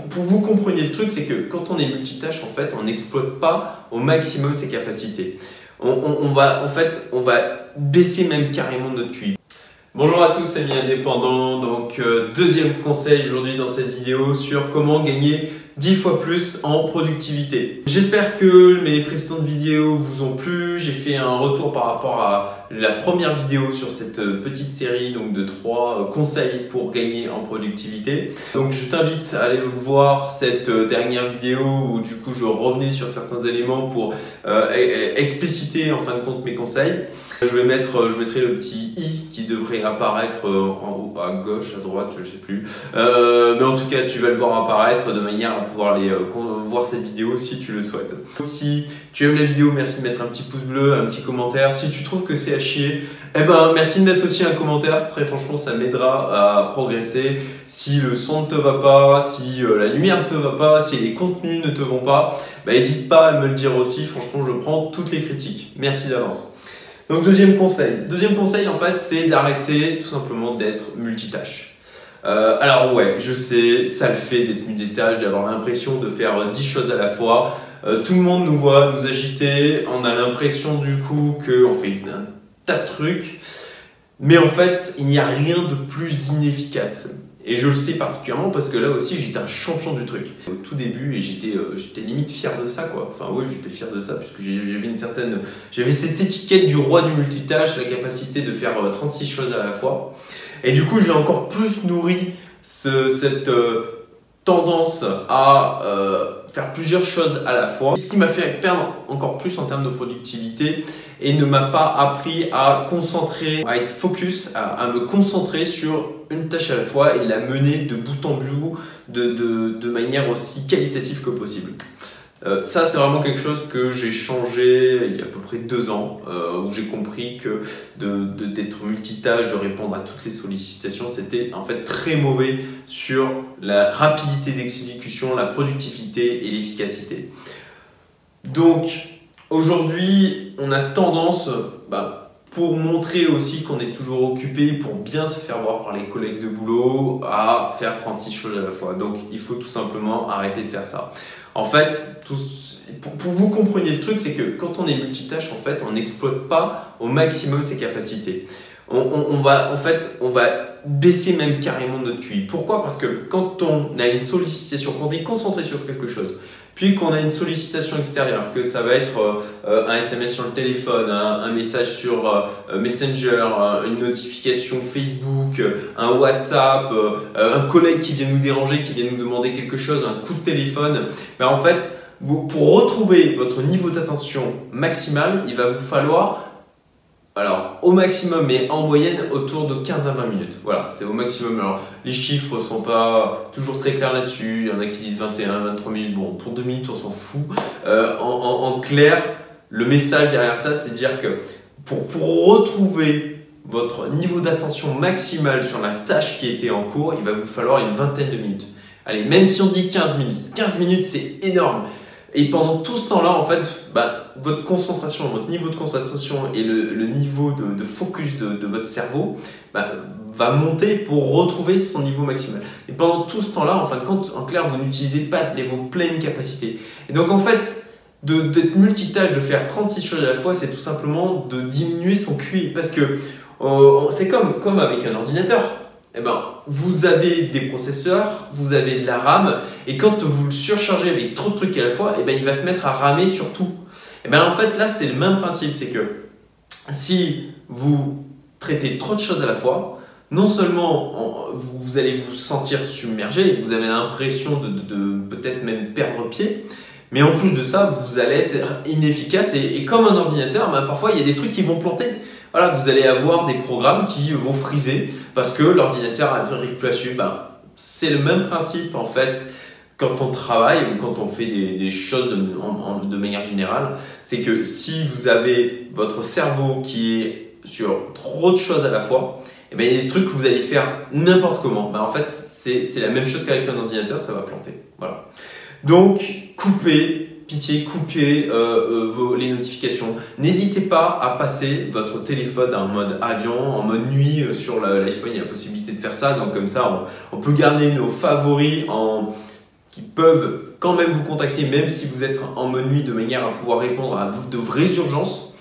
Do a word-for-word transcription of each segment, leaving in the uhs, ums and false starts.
pour que vous compreniez le truc, c'est que quand on est multitâche, en fait, on n'exploite pas au maximum ses capacités. On, on, on va, en fait, on va baisser même carrément notre Q I. Bonjour à tous amis indépendants, donc euh, deuxième conseil aujourd'hui dans cette vidéo sur comment gagner dix fois plus en productivité. J'espère que mes précédentes vidéos vous ont plu. J'ai fait un retour par rapport à la première vidéo sur cette petite série donc de trois conseils pour gagner en productivité. Donc je t'invite à aller voir cette dernière vidéo où du coup je revenais sur certains éléments pour euh, expliciter en fin de compte mes conseils. Je vais mettre, je mettrai le petit i qui devrait apparaître en haut à gauche, à droite, je sais plus. Euh, mais en tout cas, tu vas le voir apparaître de manière à pouvoir aller euh, voir cette vidéo si tu le souhaites. Si tu aimes la vidéo, merci de mettre un petit pouce bleu, un petit commentaire. Si tu trouves que c'est à chier, eh ben merci de mettre aussi un commentaire. Très franchement, ça m'aidera à progresser. Si le son ne te va pas, si euh, la lumière ne te va pas, si les contenus ne te vont pas, bah, n'hésite pas à me le dire aussi. Franchement, je prends toutes les critiques. Merci d'avance. Donc deuxième conseil, deuxième conseil en fait c'est d'arrêter tout simplement d'être multitâche. Euh, alors ouais, je sais, ça le fait d'être multitâche, d'avoir l'impression de faire dix choses à la fois. Euh, tout le monde nous voit nous agiter, on a l'impression du coup qu'on fait un tas de trucs. Mais en fait, il n'y a rien de plus inefficace. Et je le sais particulièrement parce que là aussi j'étais un champion du truc. Au tout début et j'étais euh, j'étais limite fier de ça quoi. Enfin oui j'étais fier de ça puisque j'avais une certaine... J'avais cette étiquette du roi du multitâche, la capacité de faire euh, trente-six choses à la fois. Et du coup j'ai encore plus nourri ce, cette euh, tendance à euh, faire plusieurs choses à la fois. Ce qui m'a fait perdre encore plus en termes de productivité et ne m'a pas appris à concentrer, à être focus, à, à me concentrer sur une tâche à la fois et de la mener de bout en bout de, de, de manière aussi qualitative que possible. Euh, ça, c'est vraiment quelque chose que j'ai changé il y a à peu près deux ans, euh, où j'ai compris que de, de, d'être multitâche, de répondre à toutes les sollicitations, c'était en fait très mauvais sur la rapidité d'exécution, la productivité et l'efficacité. Donc, aujourd'hui, on a tendance, bah, pour montrer aussi qu'on est toujours occupé, pour bien se faire voir par les collègues de boulot, à faire trente-six choses à la fois. Donc, il faut tout simplement arrêter de faire ça. En fait, tout, pour, pour que vous compreniez le truc, c'est que quand on est multitâche, en fait, on n'exploite pas au maximum ses capacités. On, on, on va, en fait, on va baisser même carrément notre Q I. Pourquoi ? Parce que quand on a une sollicitation, quand on est concentré sur quelque chose, puis qu'on a une sollicitation extérieure, que ça va être euh, un S M S sur le téléphone, un, un message sur euh, Messenger, euh, une notification Facebook, euh, un WhatsApp, euh, un collègue qui vient nous déranger, qui vient nous demander quelque chose, un coup de téléphone, ben en fait, vous, pour retrouver votre niveau d'attention maximal, il va vous falloir, alors au maximum, mais en moyenne, autour de quinze à vingt minutes. Voilà, c'est au maximum. Alors les chiffres ne sont pas toujours très clairs là-dessus. Il y en a qui disent vingt et un, vingt-trois minutes. Bon, pour deux minutes, on s'en fout. Euh, en, en, en clair, le message derrière ça, c'est de dire que pour, pour retrouver votre niveau d'attention maximal sur la tâche qui était en cours, il va vous falloir une vingtaine de minutes. Allez, même si on dit quinze minutes. quinze minutes, c'est énorme. Et pendant tout ce temps-là, en fait, bah, votre concentration, votre niveau de concentration et le, le niveau de, de focus de, de votre cerveau bah, va monter pour retrouver son niveau maximal. Et pendant tout ce temps-là, en fin de compte, en clair, vous n'utilisez pas les, vos pleines capacités. Et donc, en fait, de, d'être multitâche, de faire trente-six choses à la fois, c'est tout simplement de diminuer son Q I. Parce que euh, c'est comme, comme avec un ordinateur. Eh ben, vous avez des processeurs, vous avez de la RAM, et quand vous le surchargez avec trop de trucs à la fois, eh ben, il va se mettre à ramer sur tout. Eh ben, en fait, là, c'est le même principe, c'est que si vous traitez trop de choses à la fois, non seulement vous allez vous sentir submergé, vous avez l'impression de, de, de peut-être même perdre pied, mais en plus de ça, vous allez être inefficace, et, et comme un ordinateur, ben, parfois, il y a des trucs qui vont planter. Voilà, vous allez avoir des programmes qui vont friser parce que l'ordinateur n'arrive plus à suivre. Ben, c'est le même principe en fait quand on travaille ou quand on fait des, des choses de, en, en, de manière générale. C'est que si vous avez votre cerveau qui est sur trop de choses à la fois, et ben, il y a des trucs que vous allez faire n'importe comment. Ben, en fait, c'est, c'est la même chose qu'avec un ordinateur, ça va planter. Voilà. Donc, coupez. Pitié, coupez euh, euh, vos, les notifications. N'hésitez pas à passer votre téléphone en mode avion, en mode nuit. Euh, sur la, l'iPhone, il y a la possibilité de faire ça. Donc comme ça, on, on peut garder nos favoris en, qui peuvent quand même vous contacter, même si vous êtes en mode nuit, de manière à pouvoir répondre à de vraies urgences.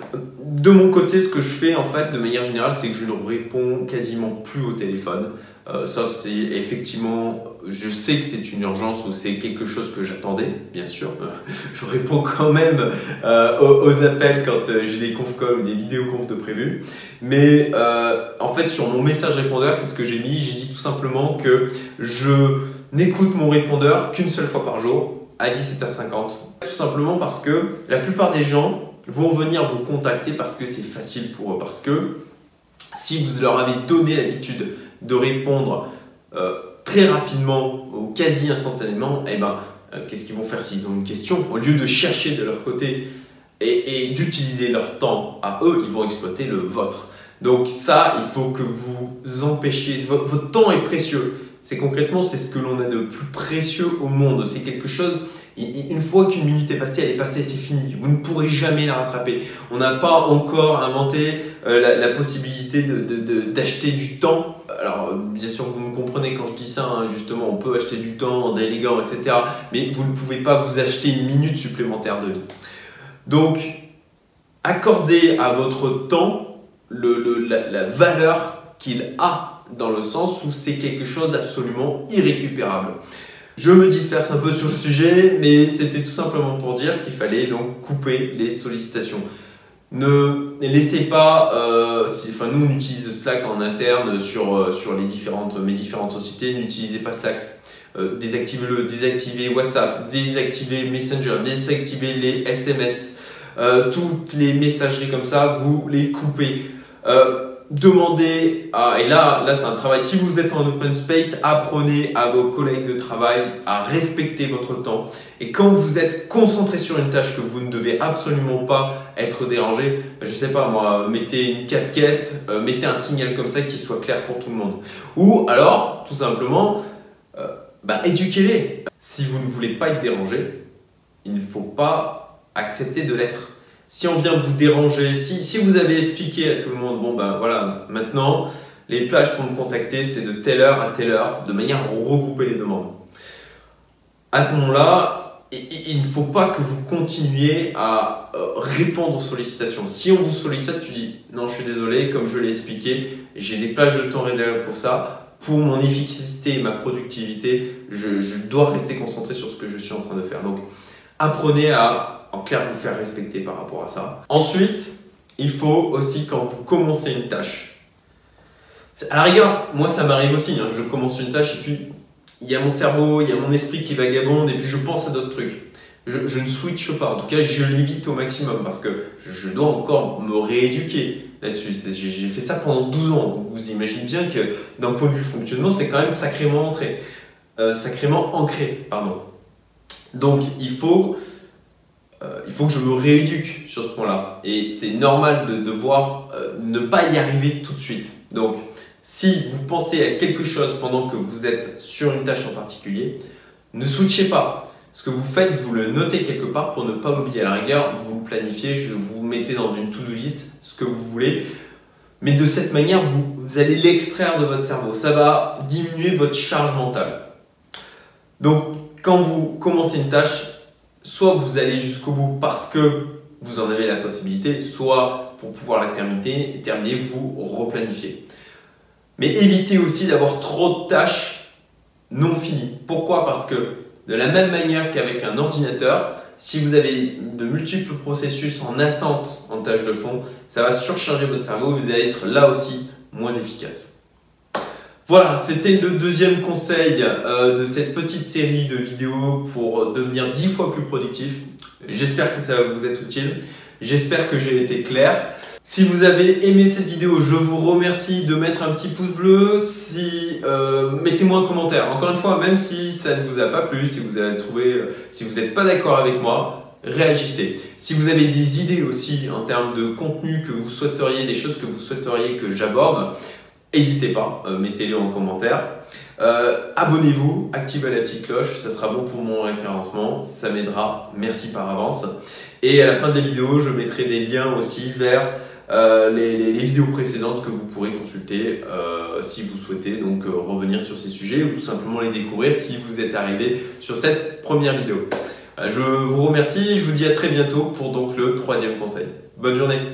De mon côté, ce que je fais en fait, de manière générale, c'est que je ne réponds quasiment plus au téléphone. Euh, sauf si effectivement, je sais que c'est une urgence ou c'est quelque chose que j'attendais, bien sûr. Je réponds quand même euh, aux, aux appels quand euh, j'ai des conf calls ou des vidéoconf de prévu. Mais euh, en fait, sur mon message répondeur, qu'est-ce que j'ai mis? J'ai dit tout simplement que je n'écoute mon répondeur qu'une seule fois par jour, à dix-sept heures cinquante. Tout simplement parce que la plupart des gens vont venir vous contacter parce que c'est facile pour eux. Parce que si vous leur avez donné l'habitude de répondre euh, très rapidement ou quasi instantanément, eh ben, euh, qu'est-ce qu'ils vont faire s'ils ont une question? Au lieu de chercher de leur côté et, et d'utiliser leur temps à eux, ils vont exploiter le vôtre. Donc ça, il faut que vous empêchiez. Votre, votre temps est précieux. C'est concrètement, c'est ce que l'on a de plus précieux au monde. C'est quelque chose, une fois qu'une minute est passée, elle est passée, c'est fini. Vous ne pourrez jamais la rattraper. On n'a pas encore inventé euh, la, la possibilité de, de, de, d'acheter du temps. Alors, bien sûr, vous me comprenez quand je dis ça, hein, justement, on peut acheter du temps en déléguant, et cetera. Mais vous ne pouvez pas vous acheter une minute supplémentaire de vie. Donc, accordez à votre temps le, le, la, la valeur qu'il a, dans le sens où c'est quelque chose d'absolument irrécupérable. Je me disperse un peu sur le sujet, mais c'était tout simplement pour dire qu'il fallait donc couper les sollicitations. Ne laissez pas, euh, si, enfin nous on utilise Slack en interne sur, euh, sur les différentes, mes différentes sociétés, n'utilisez pas Slack. Euh, désactivez-le, désactivez WhatsApp, désactivez Messenger, désactivez les S M S, euh, toutes les messageries comme ça, vous les coupez. Euh, Demandez, à, et là, là c'est un travail, si vous êtes en open space, apprenez à vos collègues de travail à respecter votre temps. Et quand vous êtes concentré sur une tâche que vous ne devez absolument pas être dérangé, je sais pas moi, mettez une casquette, euh, mettez un signal comme ça qui soit clair pour tout le monde. Ou alors, tout simplement, euh, bah, éduquez-les. Si vous ne voulez pas être dérangé, il ne faut pas accepter de l'être. Si on vient vous déranger, si, si vous avez expliqué à tout le monde, bon ben voilà, maintenant, les plages pour me contacter, c'est de telle heure à telle heure, de manière à regrouper les demandes. À ce moment-là, il, il ne faut pas que vous continuiez à euh, répondre aux sollicitations. Si on vous sollicite, tu dis, non, je suis désolé, comme je l'ai expliqué, j'ai des plages de temps réservées pour ça. Pour mon efficacité et ma productivité, je, je dois rester concentré sur ce que je suis en train de faire. Donc, apprenez à en clair vous faire respecter par rapport à ça. Ensuite, il faut aussi quand vous commencez une tâche, à la rigueur, moi ça m'arrive aussi, hein, je commence une tâche et puis il y a mon cerveau, il y a mon esprit qui vagabonde et puis je pense à d'autres trucs. Je, je ne switche pas, en tout cas je l'évite au maximum parce que je, je dois encore me rééduquer là-dessus. J'ai fait ça pendant douze ans, donc vous imaginez bien que d'un point de vue fonctionnement, c'est quand même sacrément ancré. Euh, sacrément ancré, pardon. Donc il faut... Euh, il faut que je me rééduque sur ce point-là. Et c'est normal de devoir euh, ne pas y arriver tout de suite. Donc, si vous pensez à quelque chose pendant que vous êtes sur une tâche en particulier, ne switchez pas. Ce que vous faites, vous le notez quelque part pour ne pas l'oublier. À la rigueur, vous le planifiez, vous mettez dans une to-do list ce que vous voulez. Mais de cette manière, vous, vous allez l'extraire de votre cerveau. Ça va diminuer votre charge mentale. Donc, quand vous commencez une tâche, soit vous allez jusqu'au bout parce que vous en avez la possibilité, soit pour pouvoir la terminer, terminer vous replanifiez. Mais évitez aussi d'avoir trop de tâches non finies. Pourquoi? Parce que de la même manière qu'avec un ordinateur, si vous avez de multiples processus en attente en tâche de fond, ça va surcharger votre cerveau et vous allez être là aussi moins efficace. Voilà, c'était le deuxième conseil euh, de cette petite série de vidéos pour devenir dix fois plus productif. J'espère que ça va vous être utile. J'espère que j'ai été clair. Si vous avez aimé cette vidéo, je vous remercie de mettre un petit pouce bleu. Si, euh, mettez-moi un commentaire. Encore une fois, même si ça ne vous a pas plu, si vous avez trouvé, si vous n'êtes pas d'accord avec moi, réagissez. Si vous avez des idées aussi en termes de contenu que vous souhaiteriez, des choses que vous souhaiteriez que j'aborde, n'hésitez pas, euh, mettez-les en commentaire. Euh, Abonnez-vous, activez la petite cloche, ça sera bon pour mon référencement, ça m'aidera, merci par avance. Et à la fin de la vidéo, je mettrai des liens aussi vers euh, les, les, les vidéos précédentes que vous pourrez consulter euh, si vous souhaitez donc euh, revenir sur ces sujets ou tout simplement les découvrir si vous êtes arrivé sur cette première vidéo. Je vous remercie et je vous dis à très bientôt pour donc le troisième conseil. Bonne journée.